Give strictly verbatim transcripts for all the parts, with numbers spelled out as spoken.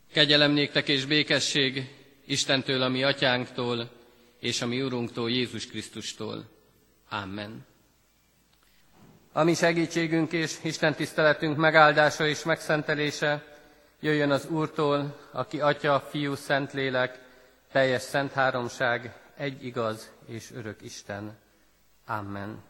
Kegyelem néktek és békesség Istentől, a mi atyánktól, és a mi Urunktól, Jézus Krisztustól. Amen. A mi segítségünk és Isten tiszteletünk megáldása és megszentelése jöjjön az Úrtól, aki Atya, Fiú, Szentlélek, teljes szent háromság, egy igaz és örök Isten. Amen.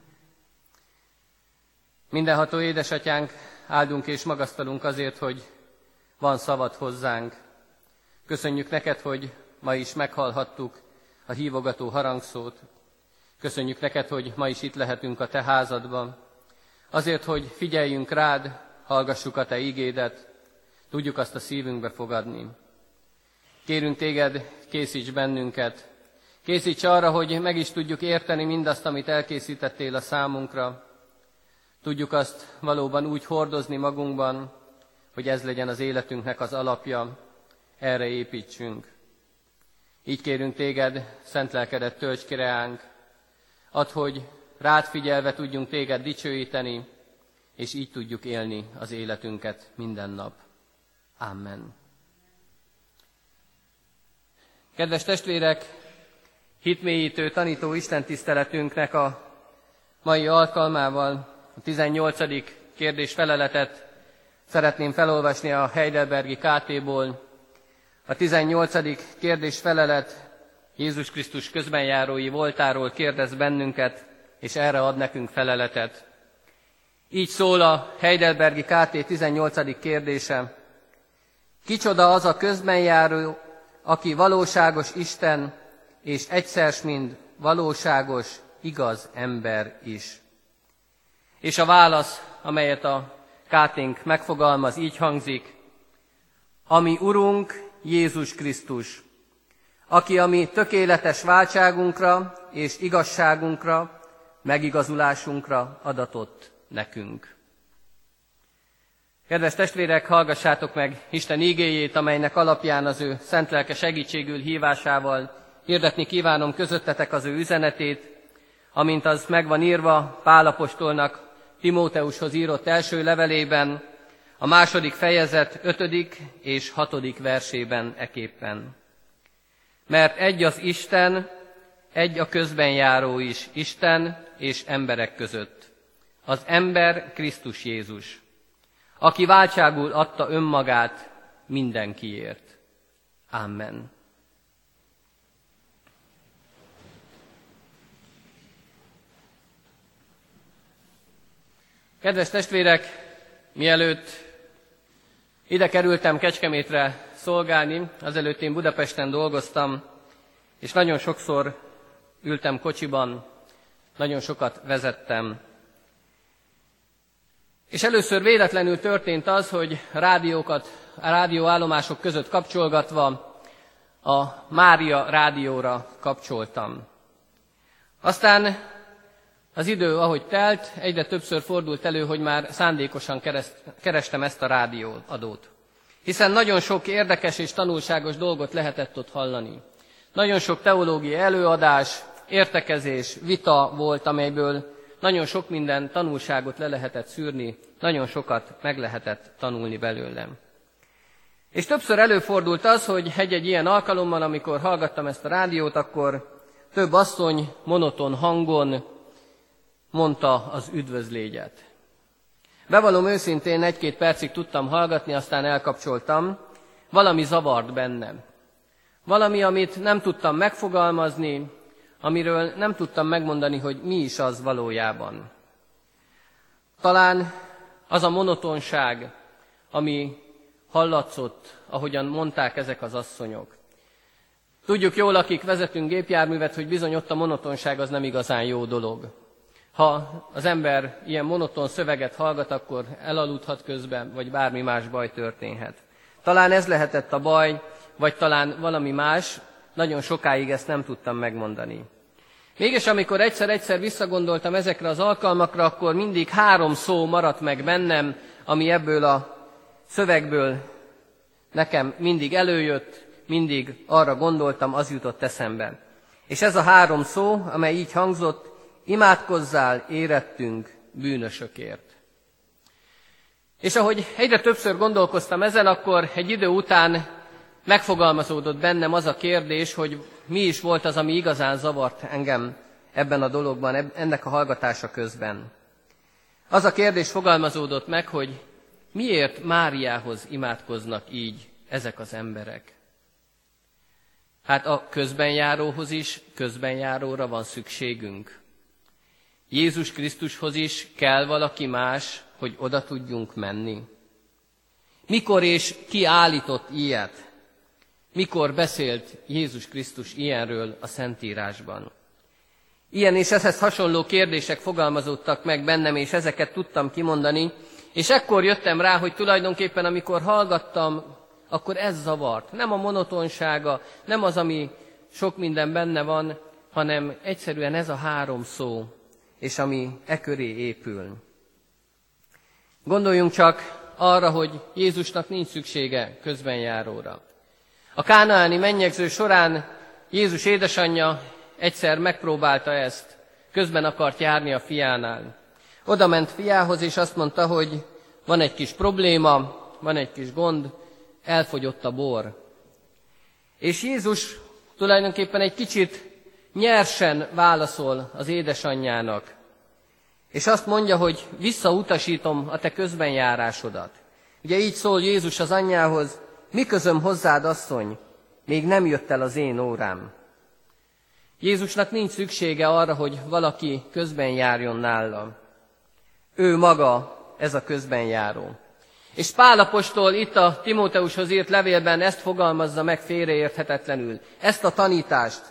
Mindenható édesatyánk, áldunk és magasztalunk azért, hogy van szavad hozzánk. Köszönjük neked, hogy ma is meghallhattuk a hívogató harangszót. Köszönjük neked, hogy ma is itt lehetünk a te házadban. Azért, hogy figyeljünk rád, hallgassuk a te igédet, tudjuk azt a szívünkbe fogadni. Kérünk téged, készíts bennünket. Készíts arra, hogy meg is tudjuk érteni mindazt, amit elkészítettél a számunkra. Tudjuk azt valóban úgy hordozni magunkban, hogy ez legyen az életünknek az alapja, erre építsünk. Így kérünk téged, szent lelkedet tölts ki reánk, add, hogy rád figyelve tudjunk téged dicsőíteni, és így tudjuk élni az életünket minden nap. Amen. Kedves testvérek, hitmélyítő tanító istentiszteletünknek a mai alkalmával a tizennyolcadik kérdés-feleletet szeretném felolvasni a Heidelbergi ká té-ból. A tizennyolcadik kérdés-felelet Jézus Krisztus közbenjárói voltáról kérdez bennünket, és erre ad nekünk feleletet. Így szól a Heidelbergi ká té tizennyolcadik kérdése. Kicsoda az a közbenjáró, aki valóságos Isten, és egyszer mind valóságos, igaz ember is? És a válasz, amelyet a ká té-nk megfogalmaz, így hangzik: ami Urunk Jézus Krisztus, aki a mi tökéletes váltságunkra és igazságunkra, megigazulásunkra adatott nekünk. Kedves testvérek, hallgassátok meg Isten ígéjét, amelynek alapján az ő szent lelke segítségül hívásával hirdetni kívánom közöttetek az ő üzenetét, amint az meg van írva Pál apostolnak Timóteushoz írott első levelében, a második fejezet ötödik és hatodik versében eképpen. Mert egy az Isten, egy a közbenjáró is Isten és emberek között, az ember Krisztus Jézus, aki váltságul adta önmagát mindenkiért. Amen. Kedves testvérek, mielőtt ide kerültem Kecskemétre szolgálni, azelőtt én Budapesten dolgoztam, és nagyon sokszor ültem kocsiban, nagyon sokat vezettem. És először véletlenül történt az, hogy rádiókat, a rádióállomások között kapcsolgatva a Mária rádióra kapcsoltam. Aztán az idő, ahogy telt, egyre többször fordult elő, hogy már szándékosan kereszt, kerestem ezt a rádióadót. Hiszen nagyon sok érdekes és tanulságos dolgot lehetett ott hallani. Nagyon sok teológiai előadás, értekezés, vita volt, amelyből nagyon sok minden tanulságot le lehetett szűrni, nagyon sokat meg lehetett tanulni belőlem. És többször előfordult az, hogy egy-egy ilyen alkalommal, amikor hallgattam ezt a rádiót, akkor több asszony monoton hangon mondta az üdvözlégyet. Bevallom őszintén, egy-két percig tudtam hallgatni, aztán elkapcsoltam. Valami zavart bennem. Valami, amit nem tudtam megfogalmazni, amiről nem tudtam megmondani, hogy mi is az valójában. Talán az a monotonság, ami hallatszott, ahogyan mondták ezek az asszonyok. Tudjuk jól, akik vezetünk gépjárművet, hogy bizony ott a monotonság az nem igazán jó dolog. Ha az ember ilyen monoton szöveget hallgat, akkor elaludhat közben, vagy bármi más baj történhet. Talán ez lehetett a baj, vagy talán valami más, nagyon sokáig ezt nem tudtam megmondani. Mégis amikor egyszer-egyszer visszagondoltam ezekre az alkalmakra, akkor mindig három szó maradt meg bennem, ami ebből a szövegből nekem mindig előjött, mindig arra gondoltam, az jutott eszembe. És ez a három szó, amely így hangzott: imádkozzál érettünk bűnösökért. És ahogy egyre többször gondolkoztam ezen, akkor egy idő után megfogalmazódott bennem az a kérdés, hogy mi is volt az, ami igazán zavart engem ebben a dologban, ennek a hallgatása közben. Az a kérdés fogalmazódott meg, hogy miért Máriához imádkoznak így ezek az emberek. Hát a közbenjáróhoz is közbenjáróra van szükségünk. Jézus Krisztushoz is kell valaki más, hogy oda tudjunk menni. Mikor és ki állított ilyet? Mikor beszélt Jézus Krisztus ilyenről a Szentírásban? Ilyen és ehhez hasonló kérdések fogalmazódtak meg bennem, és ezeket tudtam kimondani, és ekkor jöttem rá, hogy tulajdonképpen amikor hallgattam, akkor ez zavart. Nem a monotonsága, nem az, ami sok minden benne van, hanem egyszerűen ez a három szó, és ami e köré épül. Gondoljunk csak arra, hogy Jézusnak nincs szüksége közbenjáróra. A kánaáni mennyegző során Jézus édesanyja egyszer megpróbálta ezt, közben akart járni a fiánál. Oda ment fiához, és azt mondta, hogy van egy kis probléma, van egy kis gond, elfogyott a bor. És Jézus tulajdonképpen egy kicsit nyersen válaszol az édesanyjának, és azt mondja, hogy visszautasítom a te közbenjárásodat. Ugye így szól Jézus az anyjához, mi közöm hozzád, asszony, még nem jött el az én órám. Jézusnak nincs szüksége arra, hogy valaki közben járjon nála. Ő maga ez a közbenjáró. És Pál apostol itt a Timóteushoz írt levélben ezt fogalmazza meg félreérthetetlenül, ezt a tanítást.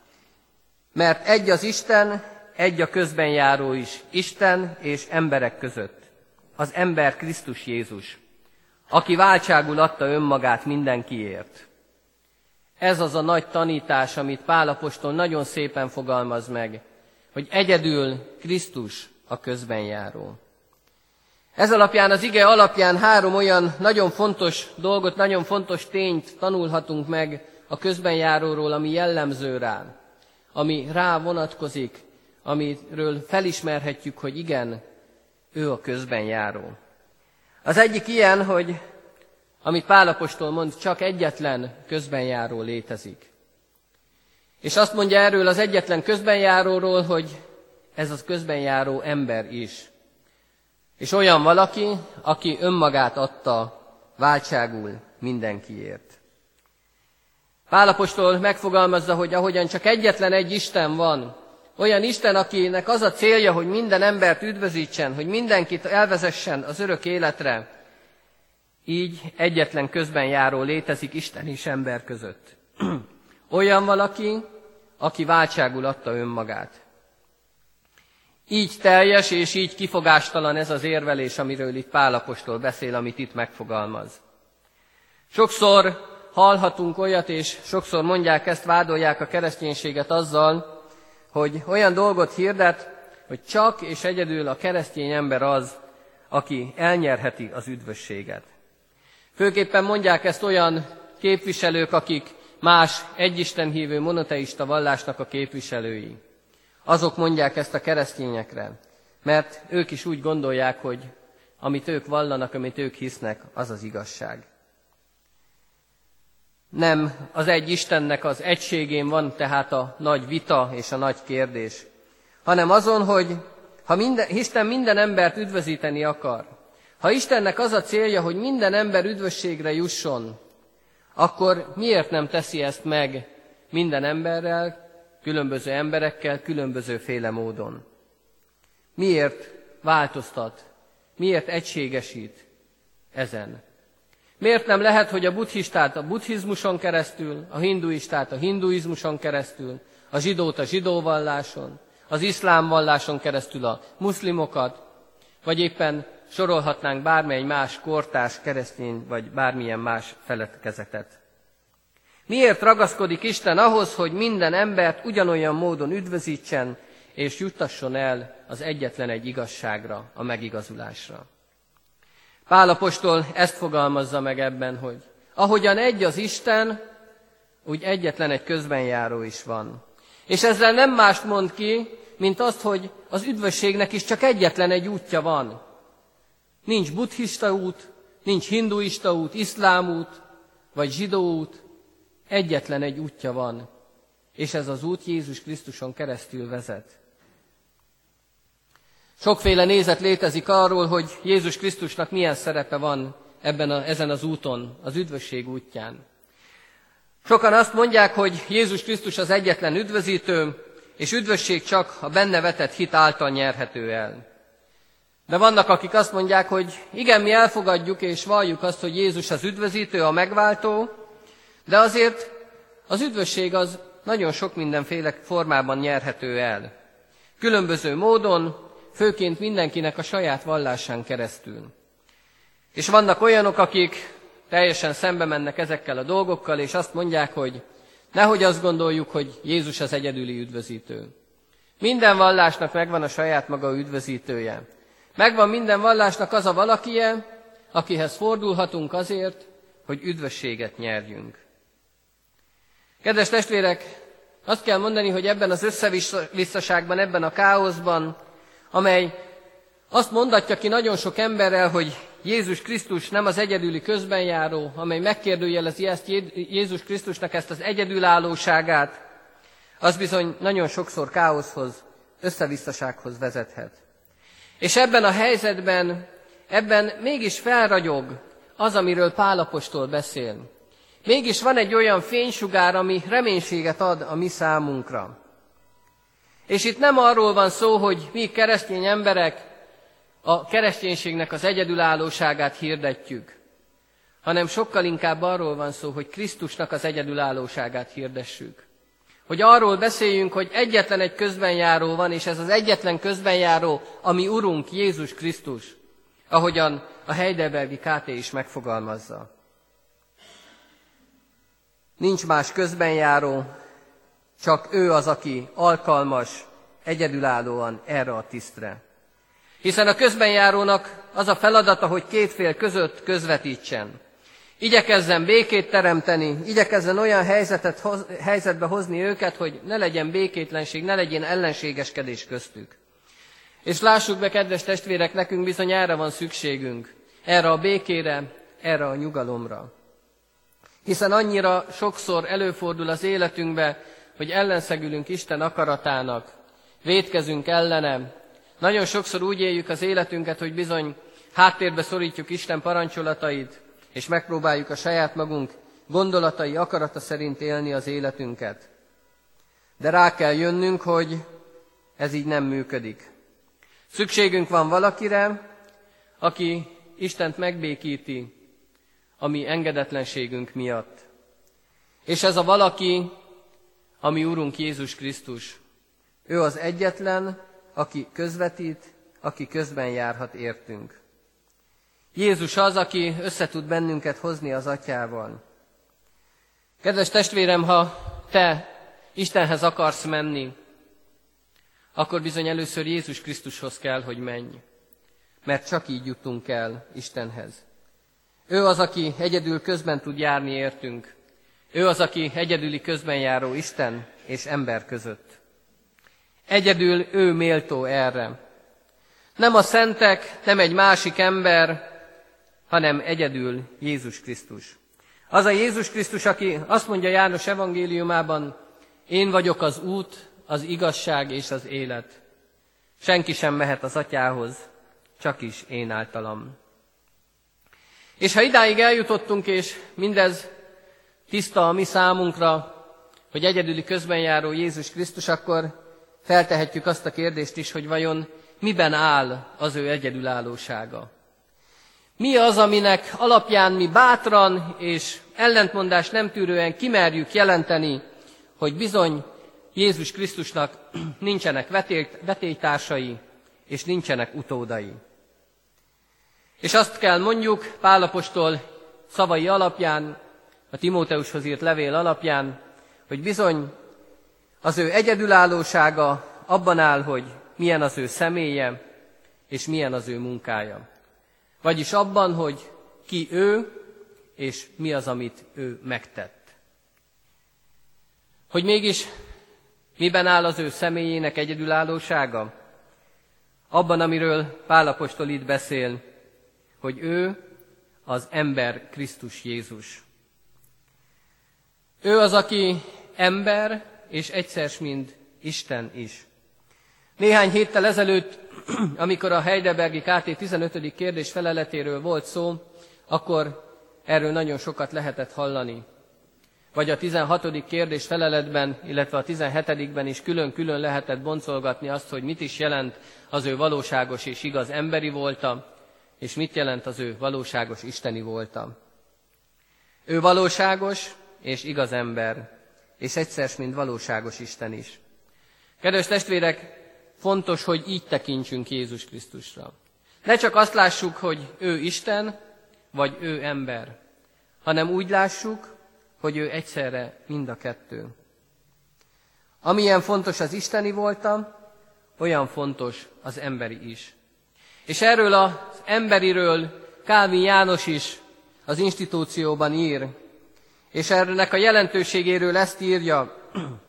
Mert egy az Isten, egy a közbenjáró is, Isten és emberek között. Az ember Krisztus Jézus, aki váltságul adta önmagát mindenkiért. Ez az a nagy tanítás, amit Pál apostol nagyon szépen fogalmaz meg, hogy egyedül Krisztus a közbenjáró. Ez alapján, az ige alapján három olyan nagyon fontos dolgot, nagyon fontos tényt tanulhatunk meg a közbenjáróról, ami jellemző rá, ami rá vonatkozik, amiről felismerhetjük, hogy igen, ő a közbenjáró. Az egyik ilyen, hogy amit Pál apostol mond, csak egyetlen közbenjáró létezik. És azt mondja erről az egyetlen közbenjáróról, hogy ez az közbenjáró ember is. És olyan valaki, aki önmagát adta váltságul mindenkiért. Pál apostol megfogalmazza, hogy ahogyan csak egyetlen egy Isten van, olyan Isten, akinek az a célja, hogy minden embert üdvözítsen, hogy mindenkit elvezessen az örök életre, így egyetlen közbenjáró létezik Isten és ember között. Olyan valaki, aki váltságul adta önmagát. Így teljes és így kifogástalan ez az érvelés, amiről itt Pál apostol beszél, amit itt megfogalmaz. Sokszor hallhatunk olyat, és sokszor mondják ezt, vádolják a kereszténységet azzal, hogy olyan dolgot hirdet, hogy csak és egyedül a keresztény ember az, aki elnyerheti az üdvösséget. Főképpen mondják ezt olyan képviselők, akik más egyistenhívő monoteista vallásnak a képviselői. Azok mondják ezt a keresztényekre, mert ők is úgy gondolják, hogy amit ők vallanak, amit ők hisznek, az az igazság. Nem az egy Istennek az egységén van tehát a nagy vita és a nagy kérdés, hanem azon, hogy ha minden, Isten minden embert üdvözíteni akar, ha Istennek az a célja, hogy minden ember üdvösségre jusson, akkor miért nem teszi ezt meg minden emberrel, különböző emberekkel, különbözőféle módon? Miért változtat? Miért egységesít ezen? Miért nem lehet, hogy a buddhistát a buddhizmuson keresztül, a hinduistát a hinduizmuson keresztül, a zsidót a zsidó valláson, az iszlám valláson keresztül a muszlimokat, vagy éppen sorolhatnánk bármely más kortárs, keresztény, vagy bármilyen más felekezetet. Miért ragaszkodik Isten ahhoz, hogy minden embert ugyanolyan módon üdvözítsen, és juttasson el az egyetlen egy igazságra, a megigazulásra? Pál apostol ezt fogalmazza meg ebben, hogy ahogyan egy az Isten, úgy egyetlen egy közbenjáró is van. És ezzel nem mást mond ki, mint azt, hogy az üdvösségnek is csak egyetlen egy útja van. Nincs buddhista út, nincs hinduista út, iszlám út, vagy zsidó út, egyetlen egy útja van, és ez az út Jézus Krisztuson keresztül vezet. Sokféle nézet létezik arról, hogy Jézus Krisztusnak milyen szerepe van ebben a, ezen az úton, az üdvösség útján. Sokan azt mondják, hogy Jézus Krisztus az egyetlen üdvözítő, és üdvösség csak a benne vetett hit által nyerhető el. De vannak, akik azt mondják, hogy igen, mi elfogadjuk és valljuk azt, hogy Jézus az üdvözítő, a megváltó, de azért az üdvösség az nagyon sok mindenféle formában nyerhető el. Különböző módon, főként mindenkinek a saját vallásán keresztül. És vannak olyanok, akik teljesen szembe mennek ezekkel a dolgokkal, és azt mondják, hogy nehogy azt gondoljuk, hogy Jézus az egyedüli üdvözítő. Minden vallásnak megvan a saját maga üdvözítője. Megvan minden vallásnak az a valakije, akihez fordulhatunk azért, hogy üdvösséget nyerjünk. Kedves testvérek, azt kell mondani, hogy ebben az összevisszaságban, ebben a káoszban, amely azt mondatja ki nagyon sok emberrel, hogy Jézus Krisztus nem az egyedüli közbenjáró, amely megkérdőjelezi ezt Jézus Krisztusnak ezt az egyedülállóságát, az bizony nagyon sokszor káoszhoz, összevisszasághoz vezethet. És ebben a helyzetben, ebben mégis felragyog az, amiről Pál apostol beszél. Mégis van egy olyan fénysugár, ami reménységet ad a mi számunkra. És itt nem arról van szó, hogy mi keresztény emberek a kereszténységnek az egyedülállóságát hirdetjük, hanem sokkal inkább arról van szó, hogy Krisztusnak az egyedülállóságát hirdessük. Hogy arról beszéljünk, hogy egyetlen egy közbenjáró van, és ez az egyetlen közbenjáró, ami Urunk Jézus Krisztus, ahogyan a Heidelbergi ká té is megfogalmazza. Nincs más közbenjáró, csak ő az, aki alkalmas egyedülállóan erre a tisztre. Hiszen a közbenjárónak az a feladata, hogy két fél között közvetítsen. Igyekezzen békét teremteni, igyekezzen olyan helyzetet, hoz, helyzetbe hozni őket, hogy ne legyen békétlenség, ne legyen ellenségeskedés köztük. És lássuk be, kedves testvérek, nekünk bizony erre van szükségünk. Erre a békére, erre a nyugalomra. Hiszen annyira sokszor előfordul az életünkbe, hogy ellenszegülünk Isten akaratának, vétkezünk ellene. Nagyon sokszor úgy éljük az életünket, hogy bizony háttérbe szorítjuk Isten parancsolatait, és megpróbáljuk a saját magunk gondolatai, akarata szerint élni az életünket. De rá kell jönnünk, hogy ez így nem működik. Szükségünk van valakire, aki Istent megbékíti a mi engedetlenségünk miatt. És ez a valaki, a mi Urunk Jézus Krisztus. Ő az egyetlen, aki közvetít, aki közben járhat értünk. Jézus az, aki össze tud bennünket hozni az Atyával. Kedves testvérem, ha te Istenhez akarsz menni, akkor bizony először Jézus Krisztushoz kell, hogy menj. Mert csak így jutunk el Istenhez. Ő az, aki egyedül közben tud járni értünk. Ő az, aki egyedüli közben járó Isten és ember között. Egyedül ő méltó erre. Nem a szentek, nem egy másik ember, hanem egyedül Jézus Krisztus. Az a Jézus Krisztus, aki azt mondja János evangéliumában, én vagyok az út, az igazság és az élet. Senki sem mehet az Atyához, csak is én általam. És ha idáig eljutottunk, és mindez tiszta a mi számunkra, hogy egyedüli közbenjáró Jézus Krisztus, akkor feltehetjük azt a kérdést is, hogy vajon miben áll az ő egyedülállósága. Mi az, aminek alapján mi bátran és ellentmondás nem tűrően kimerjük jelenteni, hogy bizony Jézus Krisztusnak nincsenek vetélytársai és nincsenek utódai. És azt kell mondjuk Pál apostol szavai alapján, a Timóteushoz írt levél alapján, hogy bizony az ő egyedülállósága abban áll, hogy milyen az ő személye, és milyen az ő munkája. Vagyis abban, hogy ki ő, és mi az, amit ő megtett. Hogy mégis miben áll az ő személyének egyedülállósága? Abban, amiről Pál apostol itt beszél, hogy ő az ember Krisztus Jézus. Ő az, aki ember, és egyszer mind Isten is. Néhány héttel ezelőtt, amikor a Heidelbergi ká té tizenötödik kérdés feleletéről volt szó, akkor erről nagyon sokat lehetett hallani. Vagy a tizenhatodik kérdés feleletben, illetve a tizenhetedikben is külön-külön lehetett boncolgatni azt, hogy mit is jelent az ő valóságos és igaz emberi volta, és mit jelent az ő valóságos isteni volta. Ő valóságos és igaz ember, és egyszer mind valóságos Isten is. Kedves testvérek, fontos, hogy így tekintsünk Jézus Krisztusra. Ne csak azt lássuk, hogy ő Isten, vagy ő ember, hanem úgy lássuk, hogy ő egyszerre mind a kettő. Amilyen fontos az isteni volta, olyan fontos az emberi is. És erről az emberiről Kálvin János is az institúcióban ír, és ennek a jelentőségéről ezt írja,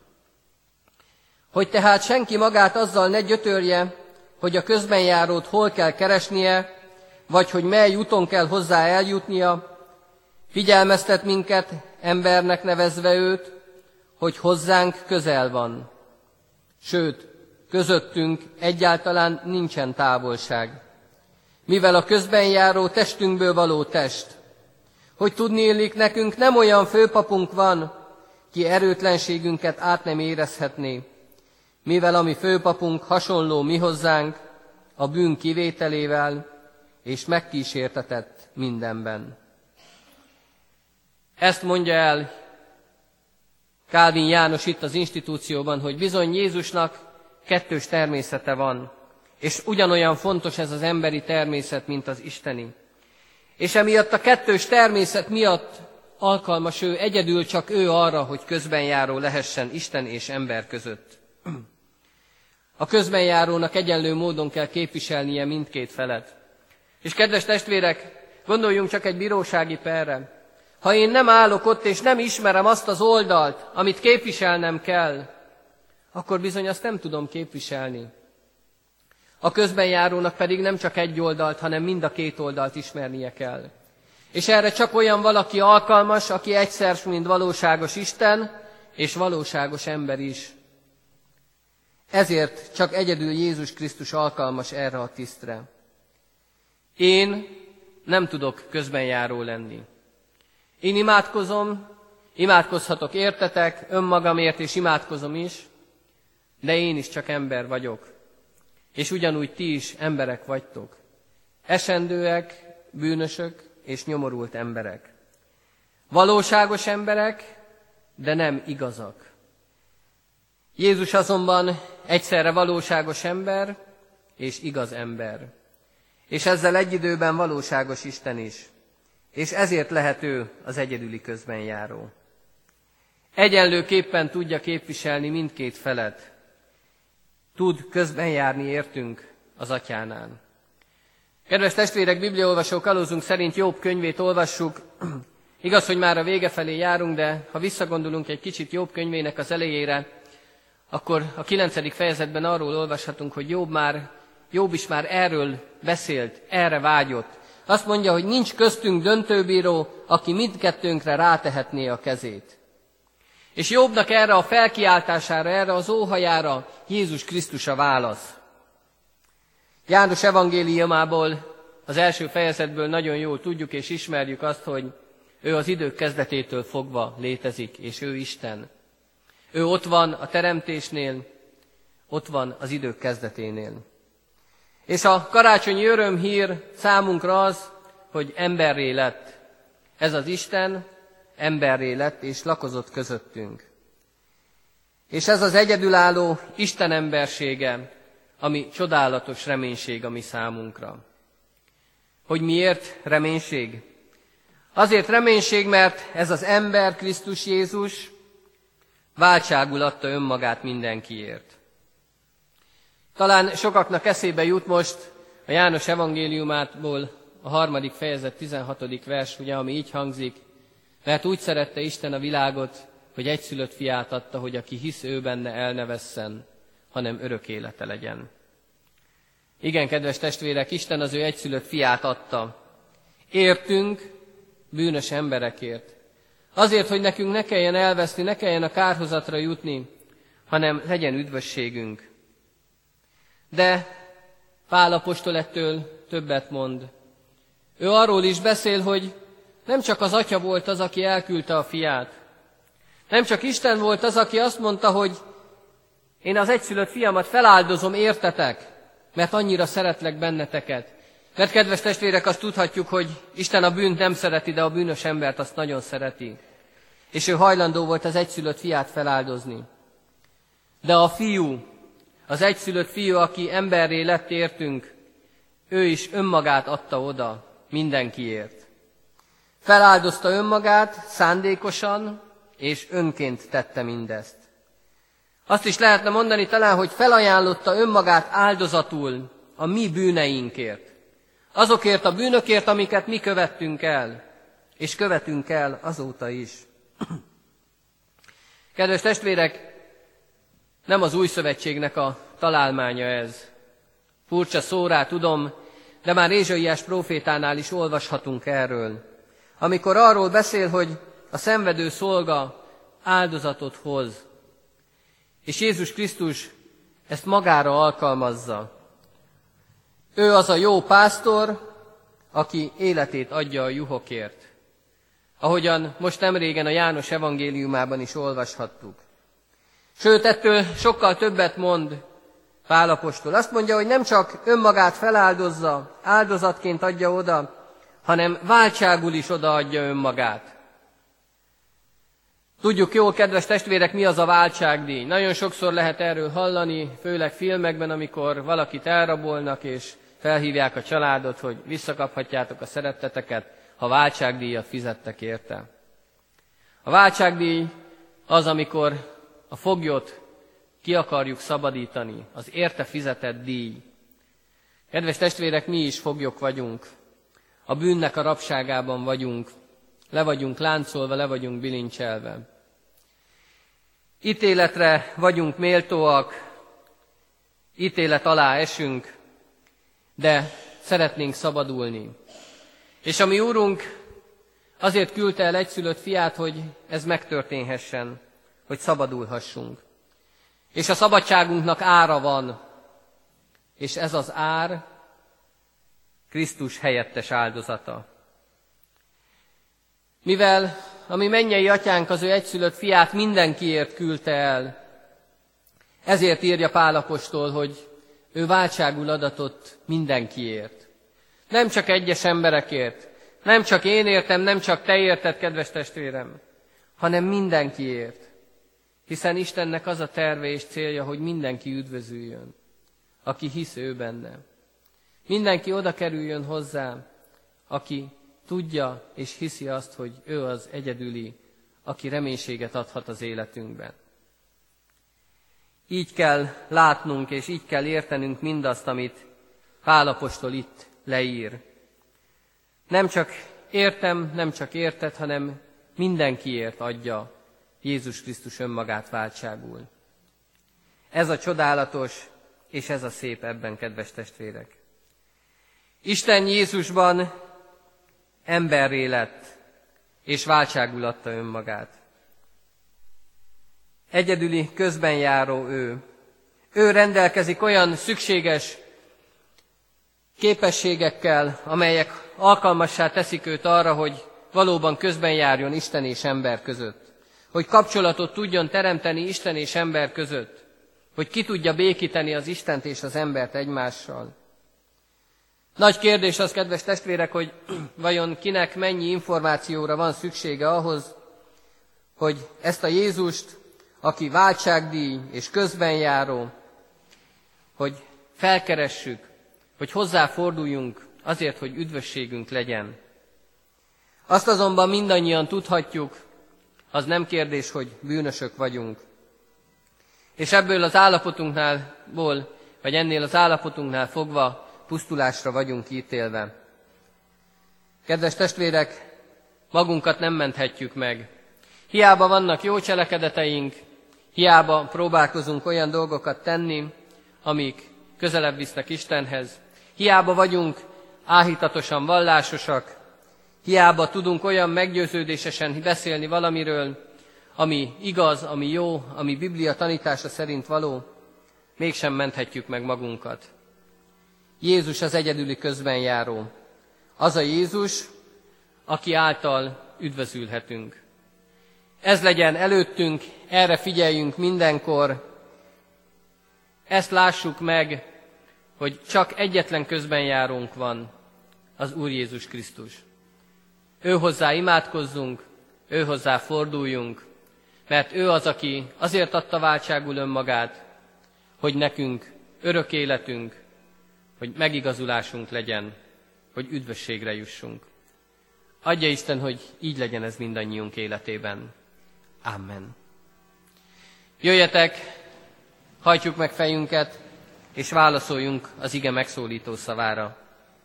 hogy tehát senki magát azzal ne gyötörje, hogy a közbenjárót hol kell keresnie, vagy hogy mely úton kell hozzá eljutnia, figyelmeztet minket, embernek nevezve őt, hogy hozzánk közel van. Sőt, közöttünk egyáltalán nincsen távolság. Mivel a közbenjáró testünkből való test, hogy tudniillik nekünk nem olyan főpapunk van, ki erőtlenségünket át nem érezhetné, mivel a mi főpapunk hasonló mi hozzánk, a bűn kivételével, és megkísértetett mindenben. Ezt mondja el Kálvin János itt az institúcióban, hogy bizony Jézusnak kettős természete van, és ugyanolyan fontos ez az emberi természet, mint az isteni. És emiatt a kettős természet miatt alkalmas ő, egyedül csak ő arra, hogy közbenjáró lehessen Isten és ember között. A közbenjárónak egyenlő módon kell képviselnie mindkét felet. És kedves testvérek, gondoljunk csak egy bírósági perre. Ha én nem állok ott, és nem ismerem azt az oldalt, amit képviselnem kell, akkor bizony azt nem tudom képviselni. A közbenjárónak pedig nem csak egy oldalt, hanem mind a két oldalt ismernie kell. És erre csak olyan valaki alkalmas, aki egyszer mind valóságos Isten, és valóságos ember is. Ezért csak egyedül Jézus Krisztus alkalmas erre a tisztre. Én nem tudok közbenjáró lenni. Én imádkozom, imádkozhatok értetek, önmagamért és imádkozom is, de én is csak ember vagyok. És ugyanúgy ti is emberek vagytok. Esendőek, bűnösök és nyomorult emberek. Valóságos emberek, de nem igazak. Jézus azonban egyszerre valóságos ember és igaz ember. És ezzel egy időben valóságos Isten is. És ezért lehet ő az egyedüli közbenjáró. Egyenlőképpen tudja képviselni mindkét felet. Tud közbenjárni értünk az Atyánál. Kedves testvérek, bibliaolvasó kalózunk szerint Jobb könyvét olvassuk. Igaz, hogy már a vége felé járunk, de ha visszagondolunk egy kicsit Jobb könyvének az elejére, akkor a kilencedik fejezetben arról olvashatunk, hogy Jobb, már, Jobb is már erről beszélt, erre vágyott. Azt mondja, hogy nincs köztünk döntőbíró, aki mindkettőnkre rátehetné a kezét. És Jobbnak erre a felkiáltására, erre az óhajára Jézus Krisztus a válasz. János evangéliumából, az első fejezetből nagyon jól tudjuk és ismerjük azt, hogy ő az idők kezdetétől fogva létezik, és ő Isten. Ő ott van a teremtésnél, ott van az idők kezdeténél. És a karácsonyi örömhír számunkra az, hogy emberré lett. Ez az Isten emberré lett és lakozott közöttünk. És ez az egyedülálló Isten embersége, ami csodálatos reménység a mi számunkra. Hogy miért reménység? Azért reménység, mert ez az ember, Krisztus Jézus váltságul adta önmagát mindenkiért. Talán sokaknak eszébe jut most a János evangéliumából a harmadik fejezet tizenhatodik vers, ugye, ami így hangzik, mert úgy szerette Isten a világot, hogy egyszülött fiát adta, hogy aki hisz ő benne, el ne vesszen, hanem örök élete legyen. Igen, kedves testvérek, Isten az ő egyszülött fiát adta. Értünk, bűnös emberekért. Azért, hogy nekünk ne kelljen elveszni, ne kelljen a kárhozatra jutni, hanem legyen üdvösségünk. De Pál apostol ettől többet mond. Ő arról is beszél, hogy nem csak az Atya volt az, aki elküldte a fiát. Nem csak Isten volt az, aki azt mondta, hogy én az egyszülött fiamat feláldozom értetek, mert annyira szeretlek benneteket. Mert kedves testvérek, azt tudhatjuk, hogy Isten a bűnt nem szereti, de a bűnös embert azt nagyon szereti. És ő hajlandó volt az egyszülött fiát feláldozni. De a fiú, az egyszülött fiú, aki emberré lett értünk, ő is önmagát adta oda mindenkiért. Feláldozta önmagát szándékosan, és önként tette mindezt. Azt is lehetne mondani talán, hogy felajánlotta önmagát áldozatul a mi bűneinkért. Azokért a bűnökért, amiket mi követtünk el, és követünk el azóta is. Kedves testvérek, nem az új szövetségnek a találmánya ez. Furcsa szó rá, tudom, de már Ézsaiás prófétánál is olvashatunk erről. Amikor arról beszél, hogy a szenvedő szolga áldozatot hoz. És Jézus Krisztus ezt magára alkalmazza. Ő az a jó pásztor, aki életét adja a juhokért. Ahogyan most nemrégen a János evangéliumában is olvashattuk. Sőt, ettől sokkal többet mond Pál apostol. Azt mondja, hogy nem csak önmagát feláldozza, áldozatként adja oda, hanem váltságul is odaadja önmagát. Tudjuk jól, kedves testvérek, mi az a váltságdíj. Nagyon sokszor lehet erről hallani, főleg filmekben, amikor valakit elrabolnak, és felhívják a családot, hogy visszakaphatjátok a szeretteteket, ha váltságdíjat fizettek érte. A váltságdíj az, amikor a foglyot ki akarjuk szabadítani, az érte fizetett díj. Kedves testvérek, mi is foglyok vagyunk. A bűnnek a rabságában vagyunk. Le vagyunk láncolva, le vagyunk bilincselve. Ítéletre vagyunk méltóak, ítélet alá esünk, de szeretnénk szabadulni. És a mi Úrunk azért küldte el egyszülött fiát, hogy ez megtörténhessen, hogy szabadulhassunk. És a szabadságunknak ára van, és ez az ár Krisztus helyettes áldozata. Mivel a mi mennyei atyánk az ő egyszülött fiát mindenkiért küldte el, ezért írja Pál apostol, hogy ő váltságul adatott mindenkiért. Nem csak egyes emberekért, nem csak én értem, nem csak te érted, kedves testvérem, hanem mindenkiért. Hiszen Istennek az a terve és célja, hogy mindenki üdvözüljön, aki hisz ő benne. Mindenki oda kerüljön hozzá, aki tudja és hiszi azt, hogy ő az egyedüli, aki reménységet adhat az életünkben. Így kell látnunk és így kell értenünk mindazt, amit Pál apostol itt leír. Nem csak értem, nem csak érted, hanem mindenkiért adja Jézus Krisztus önmagát váltságul. Ez a csodálatos és ez a szép ebben, kedves testvérek. Isten Jézusban emberré lett, és váltságul adta önmagát. Egyedüli közbenjáró ő. Ő rendelkezik olyan szükséges képességekkel, amelyek alkalmassá teszik őt arra, hogy valóban közben járjon Isten és ember között. Hogy kapcsolatot tudjon teremteni Isten és ember között. Hogy ki tudja békíteni az Istent és az embert egymással. Nagy kérdés az, kedves testvérek, hogy vajon kinek mennyi információra van szüksége ahhoz, hogy ezt a Jézust, aki váltságdíj és közbenjáró, hogy felkeressük, hogy hozzáforduljunk azért, hogy üdvösségünk legyen. Azt azonban mindannyian tudhatjuk, az nem kérdés, hogy bűnösök vagyunk. És ebből az állapotunknál, vagy ennél az állapotunknál fogva pusztulásra vagyunk ítélve. Kedves testvérek, magunkat nem menthetjük meg. Hiába vannak jó cselekedeteink, hiába próbálkozunk olyan dolgokat tenni, amik közelebb visznek Istenhez. Hiába vagyunk áhítatosan vallásosak, Hiába tudunk olyan meggyőződésesen beszélni valamiről, ami igaz, ami jó, ami Biblia tanítása szerint való, mégsem menthetjük meg magunkat. Jézus az egyedüli közbenjáró. Az a Jézus, aki által üdvözülhetünk. Ez legyen előttünk, erre figyeljünk mindenkor, ezt lássuk meg, hogy csak egyetlen közbenjárónk van, az Úr Jézus Krisztus. Ő hozzá imádkozzunk, ő hozzá forduljunk, mert ő az, aki azért adta váltságul önmagát, hogy nekünk örök életünk, hogy megigazulásunk legyen, hogy üdvösségre jussunk. Adja Isten, hogy így legyen ez mindannyiunk életében. Amen. Jöjjetek, hajtsuk meg fejünket, és válaszoljunk az ige megszólító szavára.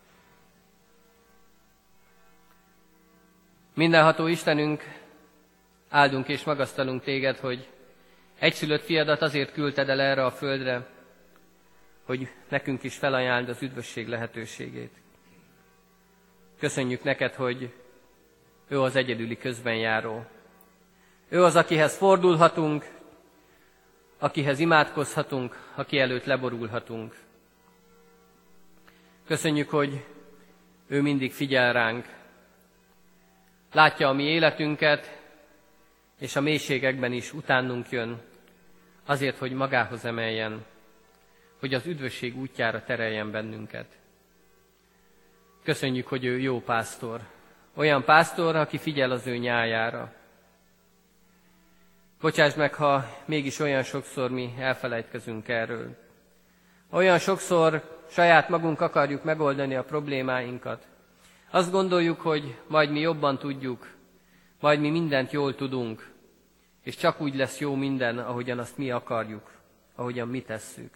Mindenható Istenünk, áldunk és magasztalunk téged, hogy egyszülött fiadat azért küldted el erre a földre, hogy nekünk is felajánld az üdvösség lehetőségét. Köszönjük neked, hogy ő az egyedüli közbenjáró. Ő az, akihez fordulhatunk, akihez imádkozhatunk, aki előtt leborulhatunk. Köszönjük, hogy ő mindig figyel ránk. Látja a mi életünket, és a mélységekben is utánunk jön, azért, hogy magához emeljen, hogy az üdvösség útjára tereljen bennünket. Köszönjük, hogy ő jó pásztor. Olyan pásztor, aki figyel az ő nyájára. Bocsáss meg, ha mégis olyan sokszor mi elfelejtkezünk erről. Olyan sokszor saját magunk akarjuk megoldani a problémáinkat. Azt gondoljuk, hogy majd mi jobban tudjuk, majd mi mindent jól tudunk, és csak úgy lesz jó minden, ahogyan azt mi akarjuk, ahogyan mi tesszük.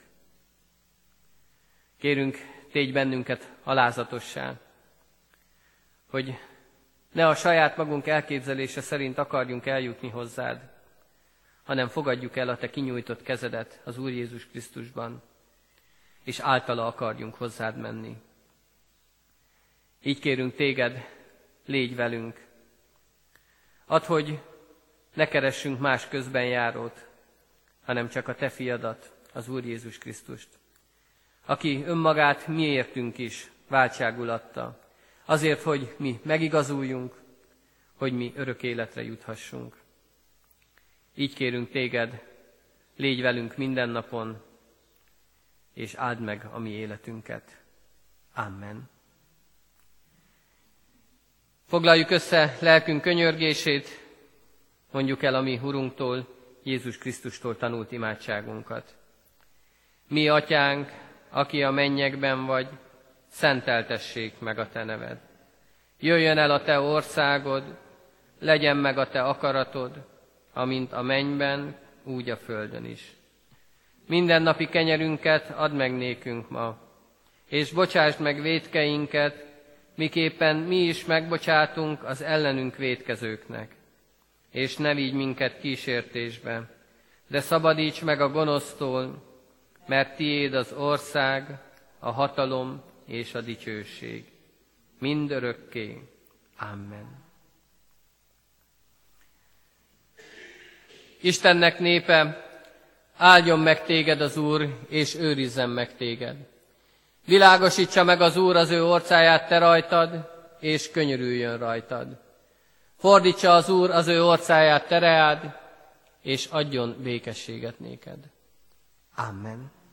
Kérünk, tégy bennünket alázatossá, hogy ne a saját magunk elképzelése szerint akarjunk eljutni hozzád, hanem fogadjuk el a te kinyújtott kezedet az Úr Jézus Krisztusban, és általa akarjunk hozzád menni. Így kérünk téged, légy velünk. Add, hogy ne keressünk más közbenjárót, hanem csak a te fiadat, az Úr Jézus Krisztust, aki önmagát miértünk is váltságul adta, azért, hogy mi megigazuljunk, hogy mi örök életre juthassunk. Így kérünk téged, légy velünk minden napon, és áld meg a mi életünket. Amen. Foglaljuk össze lelkünk könyörgését, mondjuk el a mi Urunktól, Jézus Krisztustól tanult imádságunkat. Mi, Atyánk, aki a mennyekben vagy, szenteltessék meg a te neved. Jöjjön el a te országod, legyen meg a te akaratod, amint a mennyben, úgy a földön is. Mindennapi kenyerünket add meg nékünk ma, és bocsásd meg vétkeinket, miképpen mi is megbocsátunk az ellenünk vétkezőknek. És ne vigy minket kísértésbe, de szabadíts meg a gonosztól, mert tiéd az ország, a hatalom és a dicsőség. Mindörökké. Amen. Istennek népe, áldjon meg téged az Úr, és őrizzen meg téged. Világosítsa meg az Úr az ő orcáját te rajtad, és könyörüljön rajtad. Fordítsa az Úr az ő orcáját te reád, és adjon békességet néked. Amen.